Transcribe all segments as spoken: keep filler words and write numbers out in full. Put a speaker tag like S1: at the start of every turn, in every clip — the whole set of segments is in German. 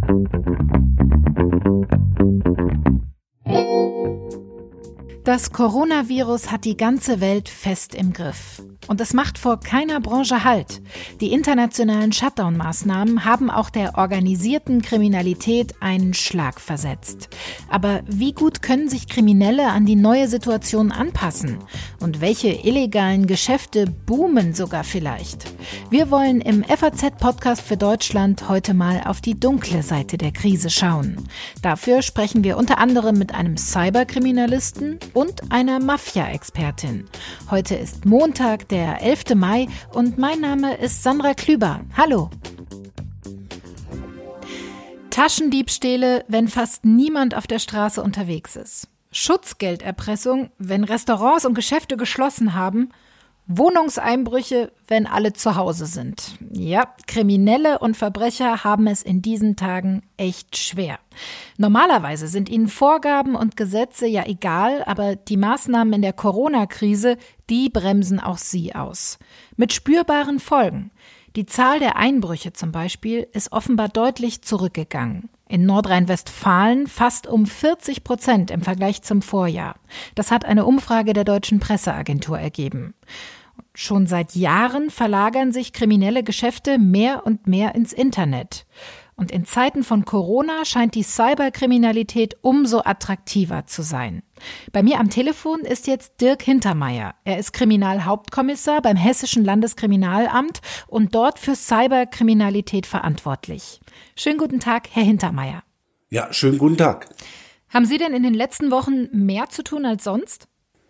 S1: Das Coronavirus hat die ganze Welt fest im Griff. Und es macht vor keiner Branche Halt. Die internationalen Shutdown-Maßnahmen haben auch der organisierten Kriminalität einen Schlag versetzt. Aber wie gut können sich Kriminelle an die neue Situation anpassen? Und welche illegalen Geschäfte boomen sogar vielleicht? Wir wollen im F A Z-Podcast für Deutschland heute mal auf die dunkle Seite der Krise schauen. Dafür sprechen wir unter anderem mit einem Cyberkriminalisten und einer Mafia-Expertin. Heute ist Montag, der elfte Mai, und mein Name ist Sandra Klüber. Hallo! Taschendiebstähle, wenn fast niemand auf der Straße unterwegs ist. Schutzgelderpressung, wenn Restaurants und Geschäfte geschlossen haben. Wohnungseinbrüche, wenn alle zu Hause sind. Ja, Kriminelle und Verbrecher haben es in diesen Tagen echt schwer. Normalerweise sind ihnen Vorgaben und Gesetze ja egal, aber die Maßnahmen in der Corona-Krise, die bremsen auch sie aus. Mit spürbaren Folgen. Die Zahl der Einbrüche zum Beispiel ist offenbar deutlich zurückgegangen. In Nordrhein-Westfalen fast um vierzig Prozent im Vergleich zum Vorjahr. Das hat eine Umfrage der Deutschen Presseagentur ergeben. Schon seit Jahren verlagern sich kriminelle Geschäfte mehr und mehr ins Internet. Und in Zeiten von Corona scheint die Cyberkriminalität umso attraktiver zu sein. Bei mir am Telefon ist jetzt Dirk Hintermeyer. Er ist Kriminalhauptkommissar beim Hessischen Landeskriminalamt und dort für Cyberkriminalität verantwortlich. Schönen guten Tag, Herr Hintermeyer.
S2: Ja, schönen guten Tag.
S1: Haben Sie denn in den letzten Wochen mehr zu tun als sonst?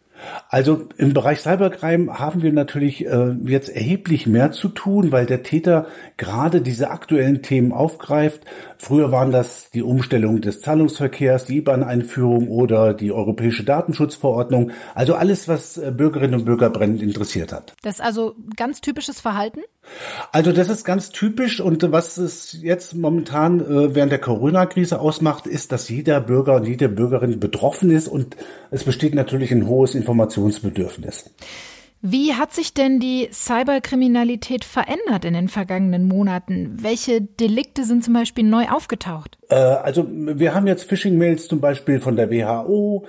S2: Also im Bereich Cybercrime haben wir natürlich äh, jetzt erheblich mehr zu tun, weil der Täter gerade diese aktuellen Themen aufgreift. Früher waren das die Umstellung des Zahlungsverkehrs, die I B A N-Einführung oder die Europäische Datenschutzverordnung. Also alles, was äh, Bürgerinnen und Bürger brennend interessiert hat.
S1: Das ist also ganz typisches Verhalten?
S2: Also das ist ganz typisch, und was es jetzt momentan äh, während der Corona-Krise ausmacht, ist, dass jeder Bürger und jede Bürgerin betroffen ist, und es besteht natürlich ein hohes Informationsbedürfnis.
S1: Wie hat sich denn die Cyberkriminalität verändert in den vergangenen Monaten? Welche Delikte sind zum Beispiel neu aufgetaucht?
S2: Äh, also wir haben jetzt Phishing-Mails zum Beispiel von der W H O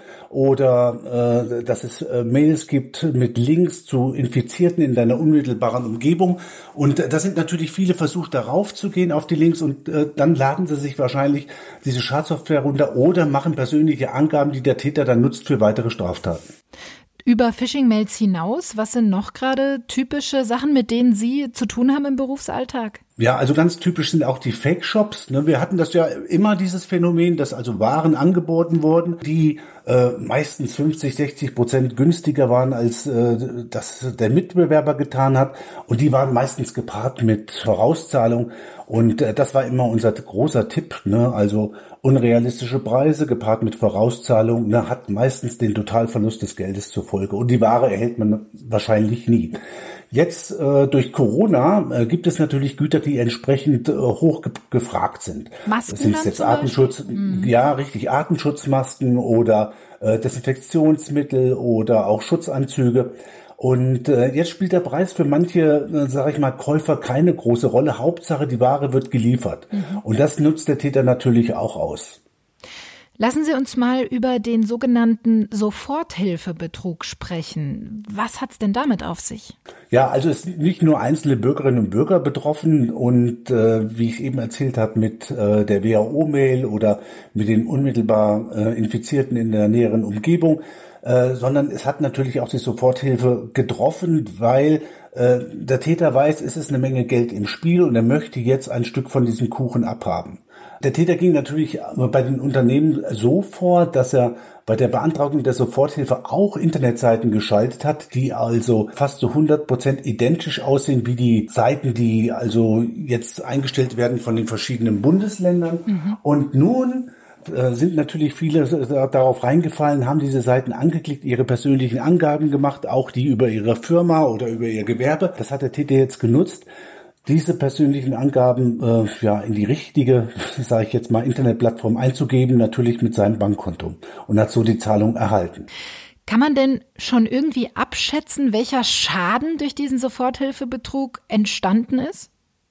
S2: oder äh, dass es äh, Mails gibt mit Links zu Infizierten in deiner unmittelbaren Umgebung. Und äh, da sind natürlich viele versucht, darauf zu gehen auf die Links, und äh, dann laden sie sich wahrscheinlich diese Schadsoftware runter oder machen persönliche Angaben, die der Täter dann nutzt für weitere Straftaten.
S1: Über Phishing-Mails hinaus, was sind noch gerade typische Sachen, mit denen Sie zu tun haben im Berufsalltag?
S2: Ja, also ganz typisch sind auch die Fake-Shops. Wir hatten das ja immer, dieses Phänomen, dass also Waren angeboten wurden, die äh, meistens fünfzig, sechzig Prozent günstiger waren, als äh, das der Mitbewerber getan hat. Und die waren meistens gepaart mit Vorauszahlung. Und äh, das war immer unser großer Tipp, ne? Also unrealistische Preise gepaart mit Vorauszahlung, ne, hat meistens den Totalverlust des Geldes zur Folge. Und die Ware erhält man wahrscheinlich nie. Jetzt äh, durch Corona äh, gibt es natürlich Güter, die entsprechend äh, hoch ge- gefragt sind.
S1: Masken
S2: das sind
S1: dann
S2: jetzt
S1: zum
S2: Atemschutz,
S1: mhm.
S2: ja richtig, Atemschutzmasken oder äh, Desinfektionsmittel oder auch Schutzanzüge. Und äh, jetzt spielt der Preis für manche, äh, sage ich mal, Käufer keine große Rolle. Hauptsache, die Ware wird geliefert. Mhm. Und das nutzt der Täter natürlich auch aus.
S1: Lassen Sie uns mal über den sogenannten Soforthilfebetrug sprechen. Was hat's denn damit auf sich?
S2: Ja, also es sind nicht nur einzelne Bürgerinnen und Bürger betroffen, und äh, wie ich eben erzählt habe mit äh, der W H O-Mail oder mit den unmittelbar äh, Infizierten in der näheren Umgebung, äh, sondern es hat natürlich auch die Soforthilfe getroffen, weil äh, der Täter weiß, es ist eine Menge Geld im Spiel und er möchte jetzt ein Stück von diesem Kuchen abhaben. Der Täter ging natürlich bei den Unternehmen so vor, dass er bei der Beantragung der Soforthilfe auch Internetseiten geschaltet hat, die also fast zu hundert Prozent identisch aussehen wie die Seiten, die also jetzt eingestellt werden von den verschiedenen Bundesländern. Mhm. Und nun äh, sind natürlich viele darauf reingefallen, haben diese Seiten angeklickt, ihre persönlichen Angaben gemacht, auch die über ihre Firma oder über ihr Gewerbe. Das hat der Täter jetzt genutzt, diese persönlichen Angaben äh, ja in die richtige, sage ich jetzt mal, Internetplattform einzugeben, natürlich mit seinem Bankkonto, und hat so die Zahlung erhalten.
S1: Kann man denn schon irgendwie abschätzen, welcher Schaden durch diesen Soforthilfebetrug entstanden ist?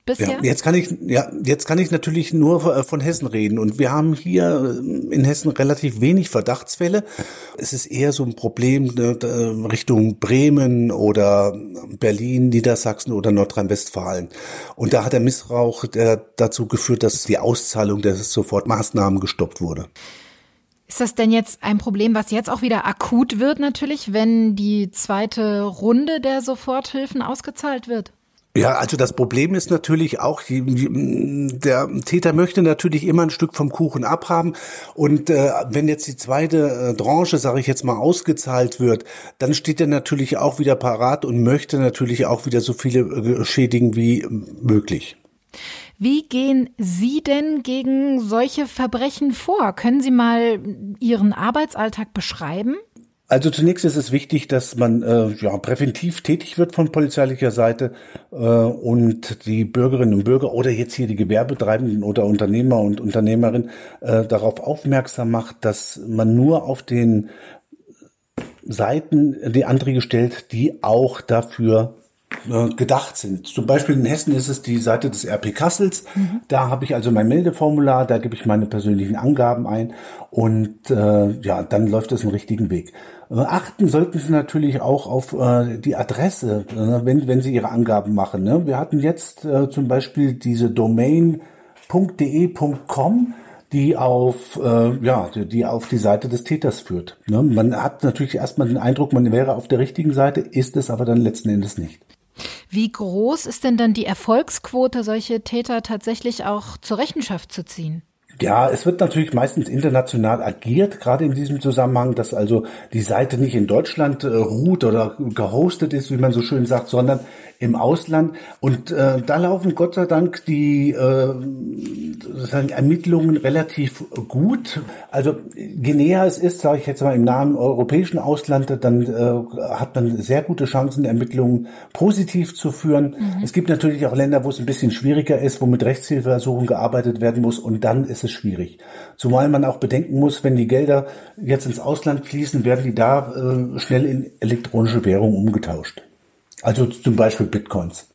S1: bisher?
S2: Ja, jetzt kann ich, ja, jetzt kann ich natürlich nur von Hessen reden. Und wir haben hier in Hessen relativ wenig Verdachtsfälle. Es ist eher so ein Problem ne, Richtung Bremen oder Berlin, Niedersachsen oder Nordrhein-Westfalen. Und da hat der Missbrauch der dazu geführt, dass die Auszahlung der Sofortmaßnahmen gestoppt wurde.
S1: Ist das denn jetzt ein Problem, was jetzt auch wieder akut wird natürlich, wenn die zweite Runde der Soforthilfen ausgezahlt wird?
S2: Ja, also das Problem ist natürlich auch, der Täter möchte natürlich immer ein Stück vom Kuchen abhaben und äh, wenn jetzt die zweite äh, Tranche, sage ich jetzt mal, ausgezahlt wird, dann steht er natürlich auch wieder parat und möchte natürlich auch wieder so viele äh, schädigen wie möglich.
S1: Wie gehen Sie denn gegen solche Verbrechen vor? Können Sie mal Ihren Arbeitsalltag beschreiben?
S2: Also zunächst ist es wichtig, dass man äh, ja präventiv tätig wird von polizeilicher Seite äh, und die Bürgerinnen und Bürger oder jetzt hier die Gewerbetreibenden oder Unternehmer und Unternehmerinnen äh, darauf aufmerksam macht, dass man nur auf den Seiten die Anträge stellt, die auch dafür äh, gedacht sind. Zum Beispiel in Hessen ist es die Seite des R P Kassels. Mhm. Da habe ich also mein Meldeformular, da gebe ich meine persönlichen Angaben ein und äh, ja, dann läuft es den richtigen Weg. Achten sollten Sie natürlich auch auf äh, die Adresse, äh, wenn wenn Sie Ihre Angaben machen. Ne? Wir hatten jetzt äh, zum Beispiel diese Domain punkt de punkt com, die auf äh, ja die auf die Seite des Täters führt. Ne? Man hat natürlich erstmal den Eindruck, man wäre auf der richtigen Seite, ist es aber dann letzten Endes nicht.
S1: Wie groß ist denn dann die Erfolgsquote, solche Täter tatsächlich auch zur Rechenschaft zu ziehen?
S2: Ja, es wird natürlich meistens international agiert, gerade in diesem Zusammenhang, dass also die Seite nicht in Deutschland äh, ruht oder gehostet ist, wie man so schön sagt, sondern im Ausland. Und äh, da laufen Gott sei Dank die äh, sozusagen Ermittlungen relativ gut. Also je näher es ist, sage ich jetzt mal im nahen europäischen Ausland, dann äh, hat man sehr gute Chancen, Ermittlungen positiv zu führen. Mhm. Es gibt natürlich auch Länder, wo es ein bisschen schwieriger ist, wo mit Rechtshilfeersuchen gearbeitet werden muss und dann ist es schwierig. Zumal man auch bedenken muss, wenn die Gelder jetzt ins Ausland fließen, werden die da äh, schnell in elektronische Währung umgetauscht. Also zum Beispiel Bitcoins.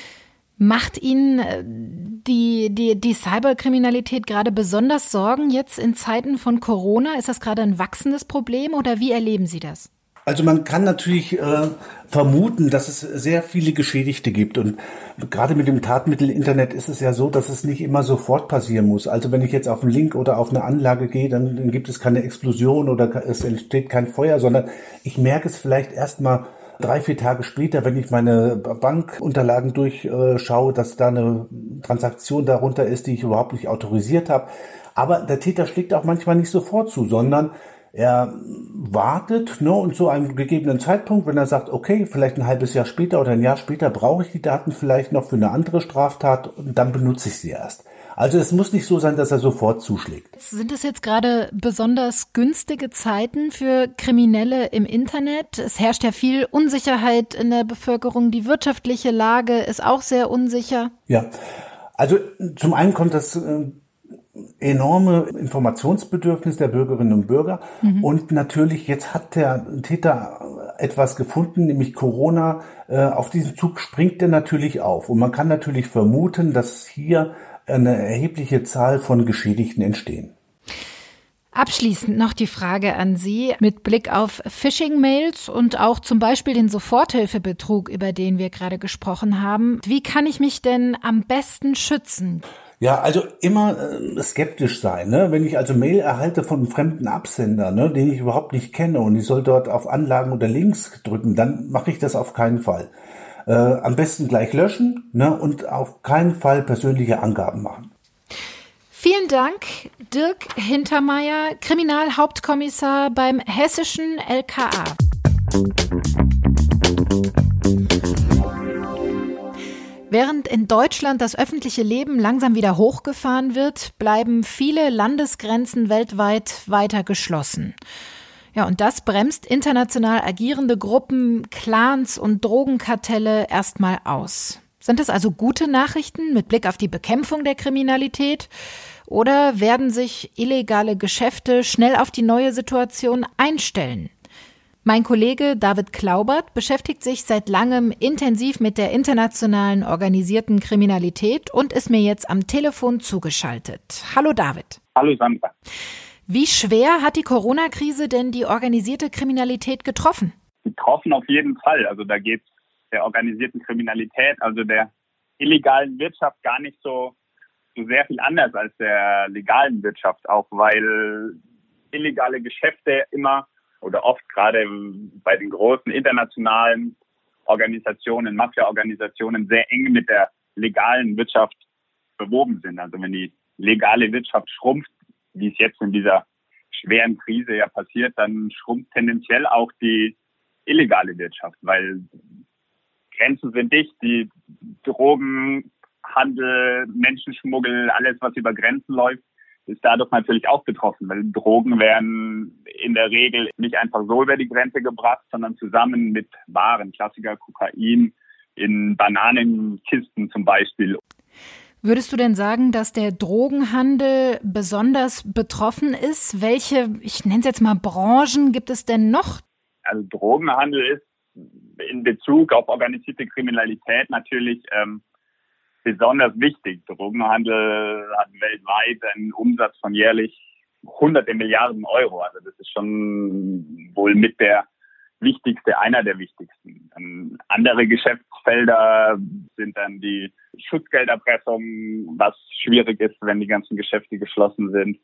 S1: Macht Ihnen die, die, die Cyberkriminalität gerade besonders Sorgen jetzt in Zeiten von Corona? Ist das gerade ein wachsendes Problem oder wie erleben Sie das?
S2: Also man kann natürlich äh, vermuten, dass es sehr viele Geschädigte gibt und gerade mit dem Tatmittel Internet ist es ja so, dass es nicht immer sofort passieren muss. Also wenn ich jetzt auf einen Link oder auf eine Anlage gehe, dann, dann gibt es keine Explosion oder es entsteht kein Feuer, sondern ich merke es vielleicht erst mal drei, vier Tage später, wenn ich meine Bankunterlagen durchschaue, dass da eine Transaktion darunter ist, die ich überhaupt nicht autorisiert habe. Aber der Täter schlägt auch manchmal nicht sofort zu, sondern er wartet, ne, und zu einem gegebenen Zeitpunkt, wenn er sagt, okay, vielleicht ein halbes Jahr später oder ein Jahr später brauche ich die Daten vielleicht noch für eine andere Straftat und dann benutze ich sie erst. Also es muss nicht so sein, dass er sofort zuschlägt.
S1: Sind es jetzt gerade besonders günstige Zeiten für Kriminelle im Internet? Es herrscht ja viel Unsicherheit in der Bevölkerung. Die wirtschaftliche Lage ist auch sehr unsicher.
S2: Ja, also zum einen kommt das äh, enorme Informationsbedürfnis der Bürgerinnen und Bürger. Mhm. Und natürlich, jetzt hat der Täter etwas gefunden, nämlich Corona. Äh, auf diesen Zug springt er natürlich auf. Und man kann natürlich vermuten, dass hier eine erhebliche Zahl von Geschädigten entstehen.
S1: Abschließend noch die Frage an Sie mit Blick auf Phishing-Mails und auch zum Beispiel den Soforthilfebetrug, über den wir gerade gesprochen haben. Wie kann ich mich denn am besten schützen?
S2: Ja, also immer äh, skeptisch sein. Ne? Wenn ich also Mail erhalte von einem fremden Absender, ne, den ich überhaupt nicht kenne und ich soll dort auf Anlagen oder Links drücken, dann mache ich das auf keinen Fall. Äh, am besten gleich löschen, ne, und auf keinen Fall persönliche Angaben machen.
S1: Vielen Dank, Dirk Hintermeier, Kriminalhauptkommissar beim hessischen L K A. Während in Deutschland das öffentliche Leben langsam wieder hochgefahren wird, bleiben viele Landesgrenzen weltweit weiter geschlossen. Ja, und das bremst international agierende Gruppen, Clans und Drogenkartelle erstmal aus. Sind es also gute Nachrichten mit Blick auf die Bekämpfung der Kriminalität? Oder werden sich illegale Geschäfte schnell auf die neue Situation einstellen? Mein Kollege David Klaubert beschäftigt sich seit langem intensiv mit der internationalen organisierten Kriminalität und ist mir jetzt am Telefon zugeschaltet. Hallo David.
S3: Hallo Sandra.
S1: Wie schwer hat die Corona-Krise denn die organisierte Kriminalität getroffen?
S3: Getroffen auf jeden Fall. Also da geht es der organisierten Kriminalität, also der illegalen Wirtschaft gar nicht so, so sehr viel anders als der legalen Wirtschaft, auch weil illegale Geschäfte immer oder oft gerade bei den großen internationalen Organisationen, Mafia-Organisationen sehr eng mit der legalen Wirtschaft verwoben sind. Also wenn die legale Wirtschaft schrumpft, wie es jetzt in dieser schweren Krise ja passiert, dann schrumpft tendenziell auch die illegale Wirtschaft, weil Grenzen sind dicht, die Drogenhandel, Menschenschmuggel, alles, was über Grenzen läuft, ist dadurch natürlich auch betroffen, weil Drogen werden in der Regel nicht einfach so über die Grenze gebracht, sondern zusammen mit Waren, Klassiker Kokain in Bananenkisten zum Beispiel.
S1: Würdest du denn sagen, dass der Drogenhandel besonders betroffen ist? Welche, ich nenne es jetzt mal Branchen, gibt es denn noch?
S3: Also Drogenhandel ist in Bezug auf organisierte Kriminalität natürlich ähm, besonders wichtig. Drogenhandel hat weltweit einen Umsatz von jährlich hunderte Milliarden Euro. Also das ist schon wohl mit der wichtigste, einer der wichtigsten. Dann andere Geschäftsfelder sind dann die Schutzgelderpressung, was schwierig ist, wenn die ganzen Geschäfte geschlossen sind.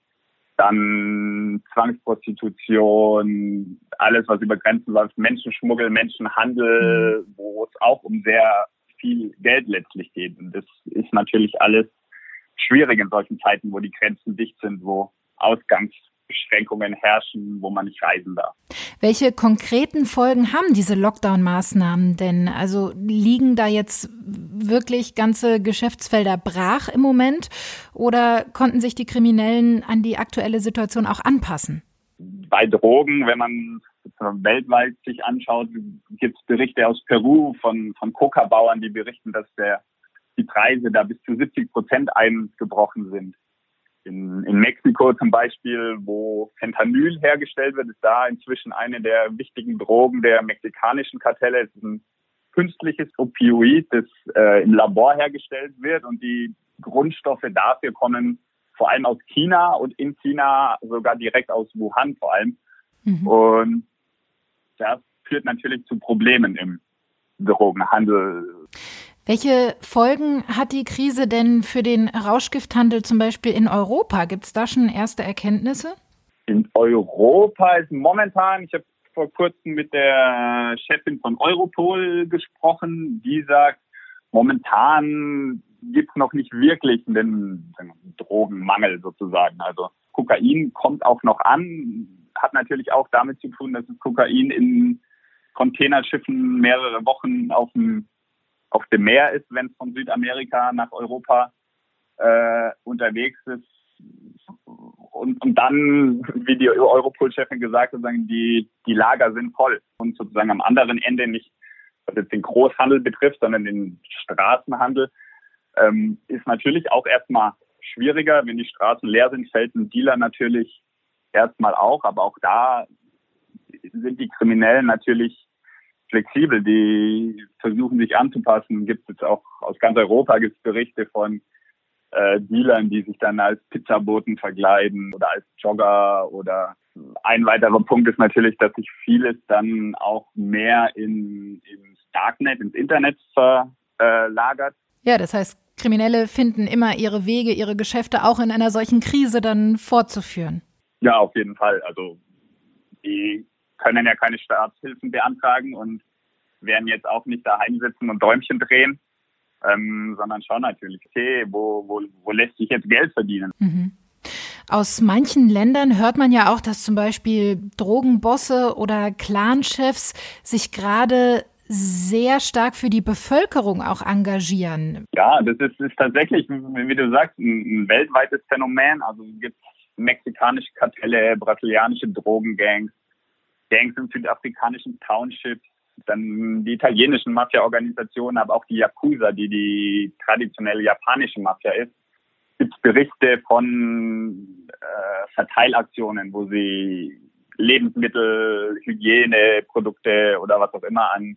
S3: Dann Zwangsprostitution, alles, was über Grenzen läuft, Menschenschmuggel, Menschenhandel, wo es auch um sehr viel Geld letztlich geht. Und das ist natürlich alles schwierig in solchen Zeiten, wo die Grenzen dicht sind, wo Ausgangsbeschränkungen herrschen, wo man nicht reisen darf.
S1: Welche konkreten Folgen haben diese Lockdown-Maßnahmen denn? Also liegen da jetzt wirklich ganze Geschäftsfelder brach im Moment oder konnten sich die Kriminellen an die aktuelle Situation auch anpassen?
S3: Bei Drogen, wenn man weltweit sich anschaut, gibt es Berichte aus Peru von, von Coca-Bauern, die berichten, dass der, die Preise da bis zu siebzig Prozent eingebrochen sind. In, in Mexiko zum Beispiel, wo Fentanyl hergestellt wird, ist da inzwischen eine der wichtigen Drogen der mexikanischen Kartelle. Es ist ein künstliches Opioid, das äh, im Labor hergestellt wird und die Grundstoffe dafür kommen vor allem aus China und in China sogar direkt aus Wuhan vor allem. Mhm. Und das führt natürlich zu Problemen im Drogenhandel.
S1: Welche Folgen hat die Krise denn für den Rauschgifthandel zum Beispiel in Europa? Gibt es da schon erste Erkenntnisse?
S3: In Europa ist momentan, ich habe vor kurzem mit der Chefin von Europol gesprochen, die sagt, momentan gibt es noch nicht wirklich einen Drogenmangel sozusagen. Also Kokain kommt auch noch an, hat natürlich auch damit zu tun, dass das Kokain in Containerschiffen mehrere Wochen auf dem auf dem Meer ist, wenn es von Südamerika nach Europa äh, unterwegs ist. Und, und dann, wie die Europol-Chefin gesagt hat, sagen, die, die Lager sind voll. Und sozusagen am anderen Ende nicht, was jetzt den Großhandel betrifft, sondern den Straßenhandel, ähm, ist natürlich auch erstmal schwieriger. Wenn die Straßen leer sind, fällt ein Dealer natürlich erstmal auch. Aber auch da sind die Kriminellen natürlich flexibel, die versuchen sich anzupassen. Gibt es jetzt auch aus ganz Europa gibt es Berichte von äh, Dealern, die sich dann als Pizzaboten verkleiden oder als Jogger. Oder ein weiterer Punkt ist natürlich, dass sich vieles dann auch mehr in, ins Darknet, ins Internet verlagert.
S1: Ja, das heißt, Kriminelle finden immer ihre Wege, ihre Geschäfte auch in einer solchen Krise dann fortzuführen.
S3: Ja, auf jeden Fall. Also die können ja keine Staatshilfen beantragen und werden jetzt auch nicht daheim sitzen und Däumchen drehen, ähm, sondern schauen natürlich, okay, wo, wo, wo lässt sich jetzt Geld verdienen?
S1: Mhm. Aus manchen Ländern hört man ja auch, dass zum Beispiel Drogenbosse oder Clanchefs sich gerade sehr stark für die Bevölkerung auch engagieren.
S3: Ja, das ist, ist tatsächlich, wie du sagst, ein, ein weltweites Phänomen. Also es gibt mexikanische Kartelle, brasilianische Drogengangs, Gangs in südafrikanischen Townships, dann die italienischen Mafia-Organisationen, aber auch die Yakuza, die die traditionelle japanische Mafia ist. Es gibt Berichte von äh, Verteilaktionen, wo sie Lebensmittel, Hygieneprodukte oder was auch immer an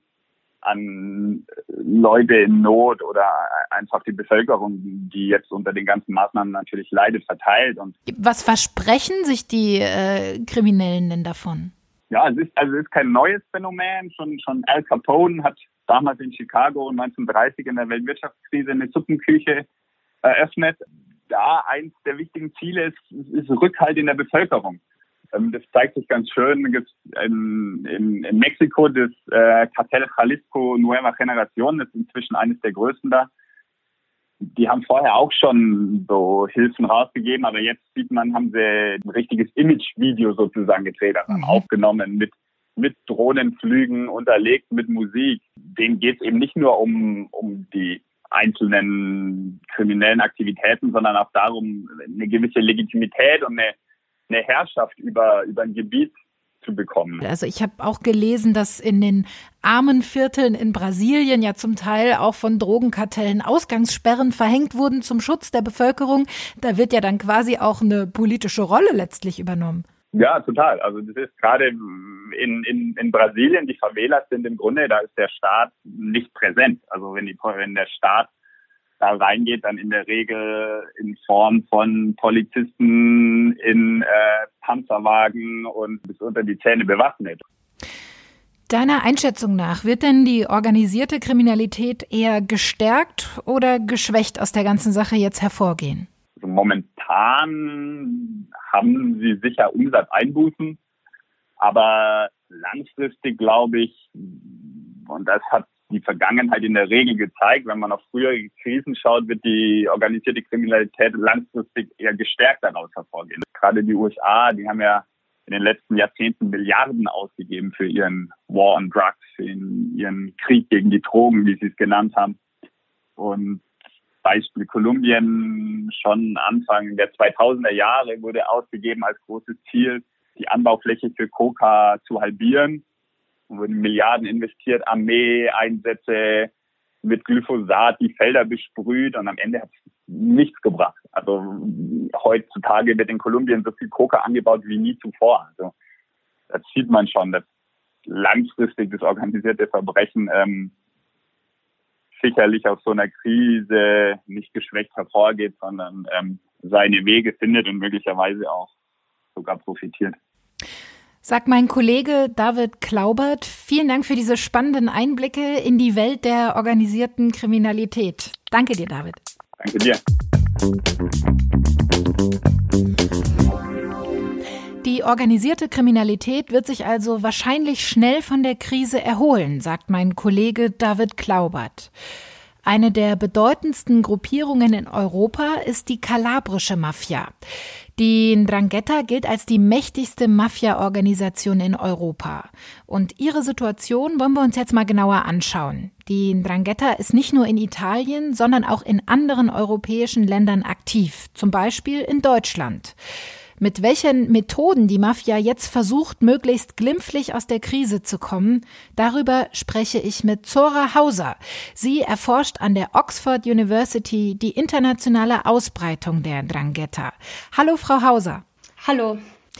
S3: an Leute in Not oder einfach die Bevölkerung, die jetzt unter den ganzen Maßnahmen natürlich leidet, verteilt. Und
S1: was versprechen sich die äh, Kriminellen denn davon?
S3: Ja, es ist also es ist kein neues Phänomen. Schon schon Al Capone hat damals in Chicago neunzehnhundertdreißig in der Weltwirtschaftskrise eine Suppenküche eröffnet. Da eins der wichtigen Ziele ist, ist Rückhalt in der Bevölkerung. Das zeigt sich ganz schön in, in, in Mexiko, das äh, Kartell Jalisco Nueva Generación, das ist inzwischen eines der größten da. Die haben vorher auch schon so Hilfen rausgegeben, aber jetzt sieht man, haben sie ein richtiges Image-Video sozusagen gedreht, also mhm. aufgenommen mit, mit Drohnenflügen, unterlegt mit Musik. Denen geht es eben nicht nur um, um die einzelnen kriminellen Aktivitäten, sondern auch darum, eine gewisse Legitimität und eine eine Herrschaft über, über ein Gebiet zu bekommen.
S1: Also ich habe auch gelesen, dass in den armen Vierteln in Brasilien ja zum Teil auch von Drogenkartellen Ausgangssperren verhängt wurden zum Schutz der Bevölkerung. Da wird ja dann quasi auch eine politische Rolle letztlich übernommen.
S3: Ja, total. Also das ist gerade in, in, in Brasilien, die Favelas sind im Grunde, da ist der Staat nicht präsent. Also wenn, die, wenn der Staat da reingeht, dann in der Regel in Form von Polizisten in äh, Panzerwagen und bis unter die Zähne bewaffnet.
S1: Deiner Einschätzung nach, wird denn die organisierte Kriminalität eher gestärkt oder geschwächt aus der ganzen Sache jetzt hervorgehen?
S3: Also momentan haben sie sicher Umsatzeinbußen, aber langfristig glaube ich, und das hat die Vergangenheit in der Regel gezeigt, wenn man auf frühere Krisen schaut, wird die organisierte Kriminalität langfristig eher gestärkt daraus hervorgehen. Gerade die U S A, die haben ja in den letzten Jahrzehnten Milliarden ausgegeben für ihren War on Drugs, für ihren Krieg gegen die Drogen, wie sie es genannt haben. Und Beispiel Kolumbien, schon Anfang der zweitausender Jahre wurde ausgegeben als großes Ziel, die Anbaufläche für Coca zu halbieren. Wurden Milliarden investiert, Armee-Einsätze mit Glyphosat, die Felder besprüht und am Ende hat es nichts gebracht. Also heutzutage wird in Kolumbien so viel Coca angebaut wie nie zuvor. Also das sieht man schon, dass langfristig das organisierte Verbrechen ähm, sicherlich aus so einer Krise nicht geschwächt hervorgeht, sondern ähm, seine Wege findet und möglicherweise auch sogar profitiert.
S1: Sagt mein Kollege David Klaubert. Vielen Dank für diese spannenden Einblicke in die Welt der organisierten Kriminalität. Danke dir, David.
S3: Danke dir.
S1: Die organisierte Kriminalität wird sich also wahrscheinlich schnell von der Krise erholen, sagt mein Kollege David Klaubert. Eine der bedeutendsten Gruppierungen in Europa ist die kalabrische Mafia. Die 'Ndrangheta gilt als die mächtigste Mafia-Organisation in Europa. Und ihre Situation wollen wir uns jetzt mal genauer anschauen. Die 'Ndrangheta ist nicht nur in Italien, sondern auch in anderen europäischen Ländern aktiv, zum Beispiel in Deutschland. Mit welchen Methoden die Mafia jetzt versucht, möglichst glimpflich aus der Krise zu kommen, darüber spreche ich mit Zora Hauser. Sie erforscht an der Oxford University die internationale Ausbreitung der 'Ndrangheta. Hallo, Frau Hauser.
S4: Hallo.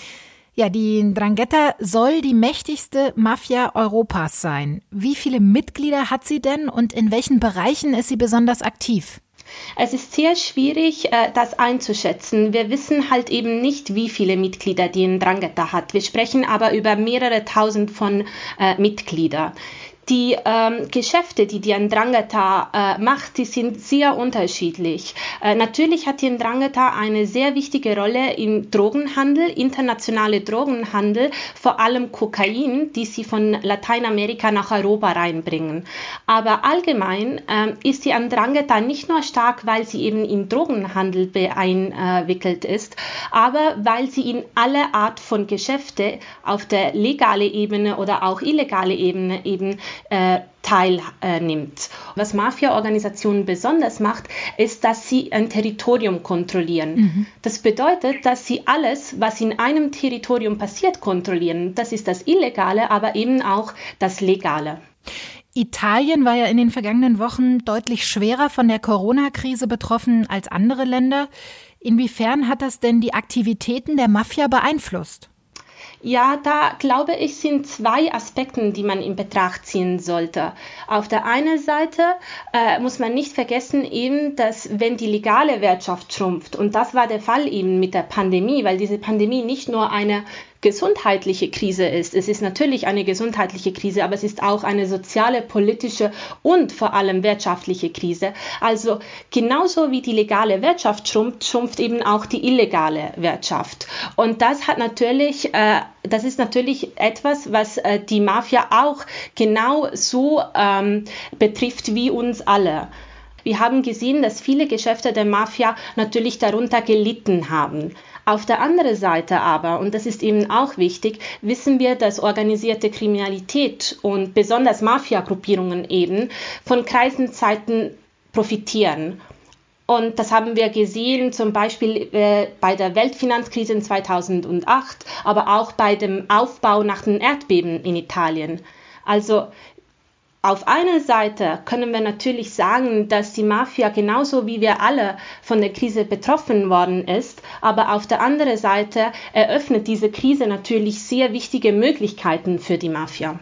S1: Ja, die 'Ndrangheta soll die mächtigste Mafia Europas sein. Wie viele Mitglieder hat sie denn und in welchen Bereichen ist sie besonders aktiv?
S4: Es ist sehr schwierig, das einzuschätzen. Wir wissen halt eben nicht, wie viele Mitglieder die 'Ndrangheta hat. Wir sprechen aber über mehrere tausend von äh, Mitgliedern. Die ähm, Geschäfte, die die 'Ndrangheta äh, macht, die sind sehr unterschiedlich. Äh, natürlich hat die 'Ndrangheta eine sehr wichtige Rolle im Drogenhandel, internationale Drogenhandel, vor allem Kokain, die sie von Lateinamerika nach Europa reinbringen. Aber allgemein äh, ist die 'Ndrangheta nicht nur stark, weil sie eben im Drogenhandel eingewickelt ist, aber weil sie in alle Art von Geschäfte auf der legalen Ebene oder auch illegalen Ebene eben Äh, teilnimmt. Was Mafia-Organisationen besonders macht, ist, dass sie ein Territorium kontrollieren. Mhm. Das bedeutet, dass sie alles, was in einem Territorium passiert, kontrollieren. Das ist das Illegale, aber eben auch das Legale.
S1: Italien war ja in den vergangenen Wochen deutlich schwerer von der Corona-Krise betroffen als andere Länder. Inwiefern hat das denn die Aktivitäten der Mafia beeinflusst?
S4: Ja, da glaube ich, sind zwei Aspekte, die man in Betracht ziehen sollte. Auf der einen Seite äh, muss man nicht vergessen eben, dass wenn die legale Wirtschaft schrumpft, und das war der Fall eben mit der Pandemie, weil diese Pandemie nicht nur eine gesundheitliche Krise ist. Es ist natürlich eine gesundheitliche Krise, aber es ist auch eine soziale, politische und vor allem wirtschaftliche Krise. Also genauso wie die legale Wirtschaft schrumpft, schrumpft eben auch die illegale Wirtschaft. Und das hat natürlich, äh, das ist natürlich etwas, was äh, die Mafia auch genau so ähm, betrifft wie uns alle. Wir haben gesehen, dass viele Geschäfte der Mafia natürlich darunter gelitten haben. Auf der anderen Seite aber, und das ist eben auch wichtig, wissen wir, dass organisierte Kriminalität und besonders Mafia-Gruppierungen eben von Krisenzeiten profitieren. Und das haben wir gesehen, zum Beispiel äh, bei der Weltfinanzkrise in zweitausendacht, aber auch bei dem Aufbau nach dem Erdbeben in Italien. Also auf einer Seite können wir natürlich sagen, dass die Mafia genauso wie wir alle von der Krise betroffen worden ist, aber auf der anderen Seite eröffnet diese Krise natürlich sehr wichtige Möglichkeiten für die Mafia.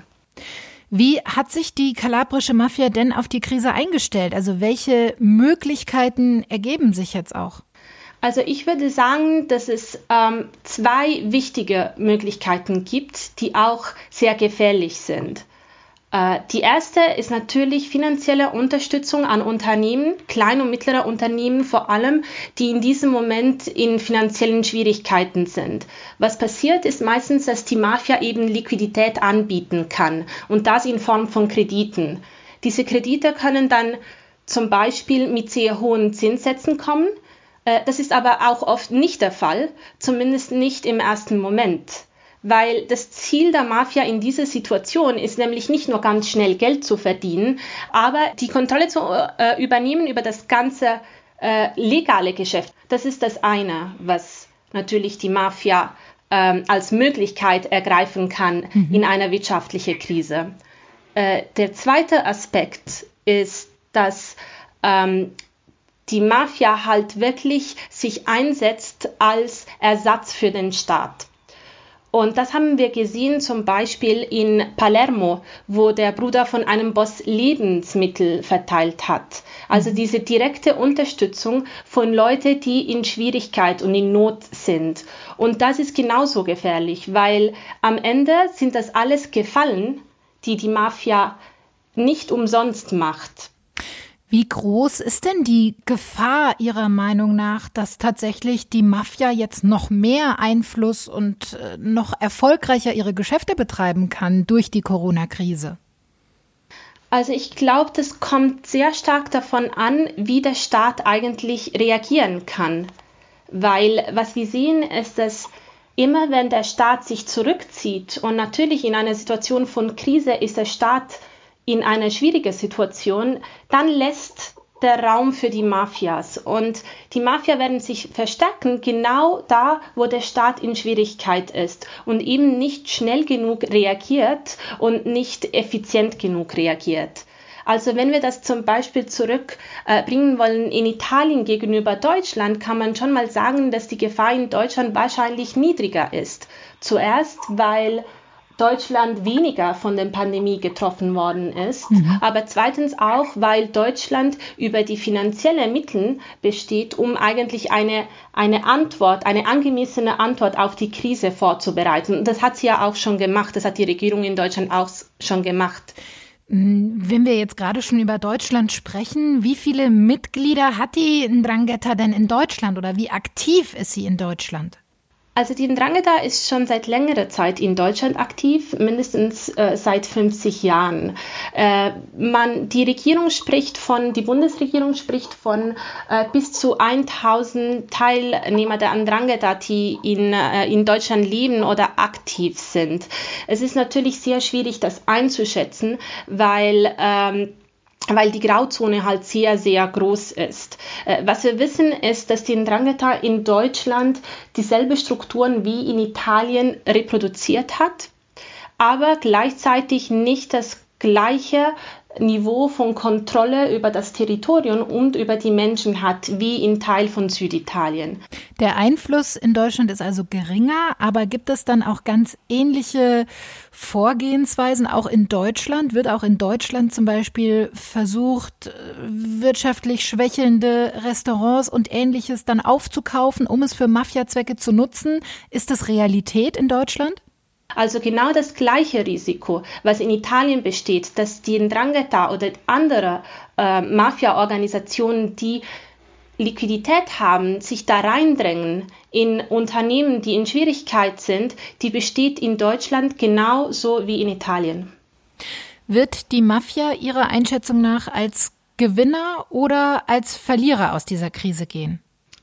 S1: Wie hat sich die kalabrische Mafia denn auf die Krise eingestellt? Also welche Möglichkeiten ergeben sich jetzt auch?
S4: Also ich würde sagen, dass es ähm, zwei wichtige Möglichkeiten gibt, die auch sehr gefährlich sind. Die erste ist natürlich finanzielle Unterstützung an Unternehmen, kleine und mittlere Unternehmen vor allem, die in diesem Moment in finanziellen Schwierigkeiten sind. Was passiert, ist meistens, dass die Mafia eben Liquidität anbieten kann und das in Form von Krediten. Diese Kredite können dann zum Beispiel mit sehr hohen Zinssätzen kommen. Das ist aber auch oft nicht der Fall, zumindest nicht im ersten Moment. Weil das Ziel der Mafia in dieser Situation ist nämlich nicht nur ganz schnell Geld zu verdienen, aber die Kontrolle zu äh, übernehmen über das ganze äh, legale Geschäft. Das ist das eine, was natürlich die Mafia äh, als Möglichkeit ergreifen kann mhm. in einer wirtschaftlichen Krise. Äh, der zweite Aspekt ist, dass ähm, die Mafia halt wirklich sich einsetzt als Ersatz für den Staat. Und das haben wir gesehen zum Beispiel in Palermo, wo der Bruder von einem Boss Lebensmittel verteilt hat. Also diese direkte Unterstützung von Leuten, die in Schwierigkeit und in Not sind. Und das ist genauso gefährlich, weil am Ende sind das alles Gefallen, die die Mafia nicht umsonst macht.
S1: Wie groß ist denn die Gefahr Ihrer Meinung nach, dass tatsächlich die Mafia jetzt noch mehr Einfluss und noch erfolgreicher ihre Geschäfte betreiben kann durch die Corona-Krise?
S4: Also ich glaube, das kommt sehr stark davon an, wie der Staat eigentlich reagieren kann. Weil was wir sehen, ist, dass immer wenn der Staat sich zurückzieht und natürlich in einer Situation von Krise ist der Staat in einer schwierigen Situation, dann lässt der Raum für die Mafias. Und die Mafia werden sich verstärken, genau da, wo der Staat in Schwierigkeit ist und eben nicht schnell genug reagiert und nicht effizient genug reagiert. Also wenn wir das zum Beispiel zurückbringen äh, wollen in Italien gegenüber Deutschland, kann man schon mal sagen, dass die Gefahr in Deutschland wahrscheinlich niedriger ist. Zuerst, weil Deutschland weniger von der Pandemie getroffen worden ist, mhm. aber zweitens auch, weil Deutschland über die finanziellen Mittel besteht, um eigentlich eine, eine Antwort, eine angemessene Antwort auf die Krise vorzubereiten. Und das hat sie ja auch schon gemacht, das hat die Regierung in Deutschland auch schon gemacht.
S1: Wenn wir jetzt gerade schon über Deutschland sprechen, wie viele Mitglieder hat die Ndrangheta denn in Deutschland oder wie aktiv ist sie in Deutschland?
S4: Also die Ndrangheta ist schon seit längerer Zeit in Deutschland aktiv, mindestens äh, seit fünfzig Jahren. Äh, man, die Regierung spricht von, die Bundesregierung spricht von äh, bis zu tausend Teilnehmer der Ndrangheta, die in, äh, in Deutschland leben oder aktiv sind. Es ist natürlich sehr schwierig, das einzuschätzen, weil ähm, weil die Grauzone halt sehr, sehr groß ist. Was wir wissen, ist, dass die Ndrangheta in Deutschland dieselbe Strukturen wie in Italien reproduziert hat, aber gleichzeitig nicht das gleiche Niveau von Kontrolle über das Territorium und über die Menschen hat, wie in Teil von Süditalien.
S1: Der Einfluss in Deutschland ist also geringer, aber gibt es dann auch ganz ähnliche Vorgehensweisen auch in Deutschland? Wird auch in Deutschland zum Beispiel versucht, wirtschaftlich schwächelnde Restaurants und Ähnliches dann aufzukaufen, um es für Mafia-Zwecke zu nutzen? Ist das Realität in Deutschland?
S4: Also genau das gleiche Risiko, was in Italien besteht, dass die Ndrangheta oder andere äh, Mafia-Organisationen, die Liquidität haben, sich da reindrängen in Unternehmen, die in Schwierigkeit sind, die besteht in Deutschland genauso wie in Italien.
S1: Wird die Mafia Ihrer Einschätzung nach als Gewinner oder als Verlierer aus dieser Krise gehen?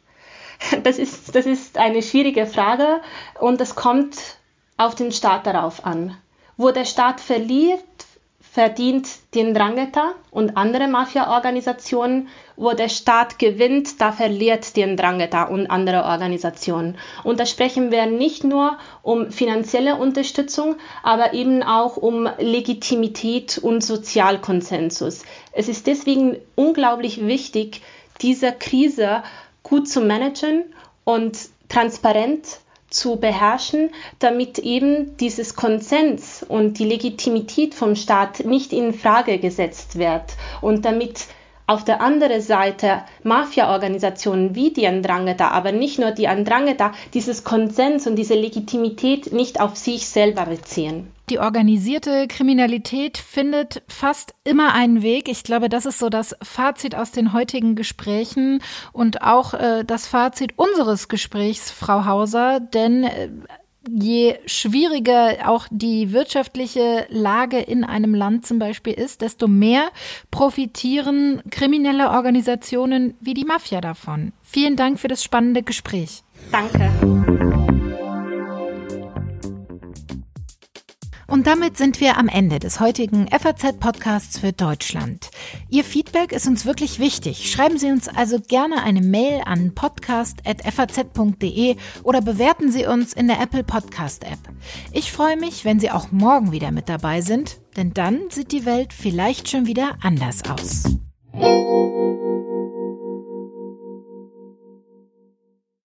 S4: Das ist, das ist eine schwierige Frage und es kommt auf den Staat darauf an. Wo der Staat verliert, verdient die Ndrangheta und andere Mafia-Organisationen. Wo der Staat gewinnt, da verliert die Ndrangheta und andere Organisationen. Und da sprechen wir nicht nur um finanzielle Unterstützung, aber eben auch um Legitimität und Sozialkonsensus. Es ist deswegen unglaublich wichtig, diese Krise gut zu managen und transparent zu beherrschen, damit eben dieses Konsens und die Legitimität vom Staat nicht in Frage gesetzt wird und damit auf der anderen Seite Mafia-Organisationen wie die Ndrangheta, aber nicht nur die Ndrangheta, dieses Konsens und diese Legitimität nicht auf sich selber beziehen.
S1: Die organisierte Kriminalität findet fast immer einen Weg. Ich glaube, das ist so das Fazit aus den heutigen Gesprächen und auch äh, das Fazit unseres Gesprächs, Frau Hauser. Denn äh, je schwieriger auch die wirtschaftliche Lage in einem Land zum Beispiel ist, desto mehr profitieren kriminelle Organisationen wie die Mafia davon. Vielen Dank für das spannende Gespräch.
S4: Danke.
S1: Und damit sind wir am Ende des heutigen F A Z-Podcasts für Deutschland. Ihr Feedback ist uns wirklich wichtig. Schreiben Sie uns also gerne eine Mail an podcast at f a z punkt d e oder bewerten Sie uns in der Apple Podcast App. Ich freue mich, wenn Sie auch morgen wieder mit dabei sind, denn dann sieht die Welt vielleicht schon wieder anders aus.